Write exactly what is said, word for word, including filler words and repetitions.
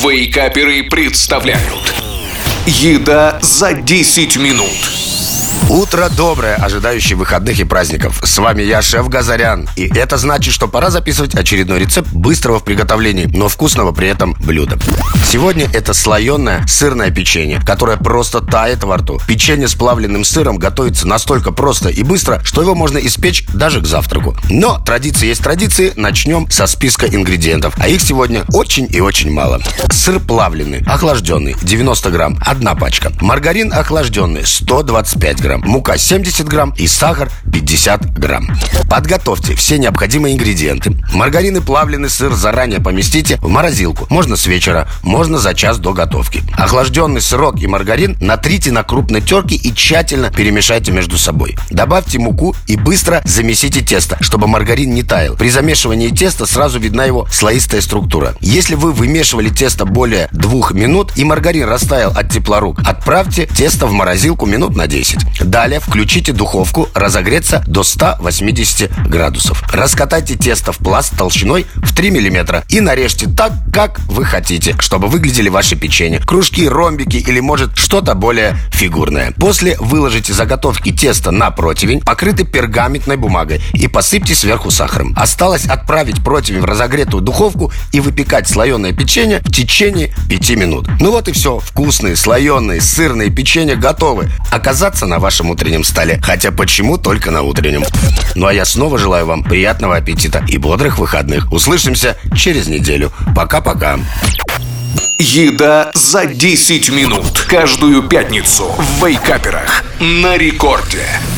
Вейкаперы представляют «Еда за десять минут». Утро доброе, ожидающее выходных и праздников. С вами я, шеф Газарян. И это значит, что пора записывать очередной рецепт быстрого в приготовлении, но вкусного при этом блюда. Сегодня это слоеное сырное печенье, которое просто тает во рту. Печенье с плавленным сыром готовится настолько просто и быстро, что его можно испечь даже к завтраку. Но традиции есть традиции, начнем со списка ингредиентов. А их сегодня очень и очень мало. Сыр плавленый, охлажденный, девяносто грамм, одна пачка. Маргарин охлажденный, сто двадцать пять грамм. Мука семьдесят грамм и сахар пятьдесят грамм. Подготовьте все необходимые ингредиенты. Маргарин и плавленый сыр заранее поместите в морозилку. Можно с вечера, можно за час до готовки. Охлажденный сырок и маргарин натрите на крупной терке и тщательно перемешайте между собой. Добавьте муку и быстро замесите тесто, чтобы маргарин не таял. При замешивании теста сразу видна его слоистая структура. Если вы вымешивали тесто более двух минут и маргарин растаял от тепла рук, отправьте тесто в морозилку минут на десять. Далее включите духовку разогреться до ста восьмидесяти градусов. Раскатайте тесто в пласт толщиной в три миллиметра и нарежьте так, как вы хотите, чтобы выглядели ваши печенья. Кружки, ромбики или, может, что-то более фигурное. После выложите заготовки теста на противень, покрытый пергаментной бумагой, и посыпьте сверху сахаром. Осталось отправить противень в разогретую духовку и выпекать слоеное печенье в течение пяти минут. Ну вот и все. Вкусные, слоеные, сырные печенья готовы оказаться на вашем утреннем столе. Хотя почему только на утреннем? Ну а я снова желаю вам приятного аппетита и бодрых выходных. Услышимся через неделю. Пока-пока. «Еда за десять минут». Каждую пятницу в Вейкаперах на рекорде.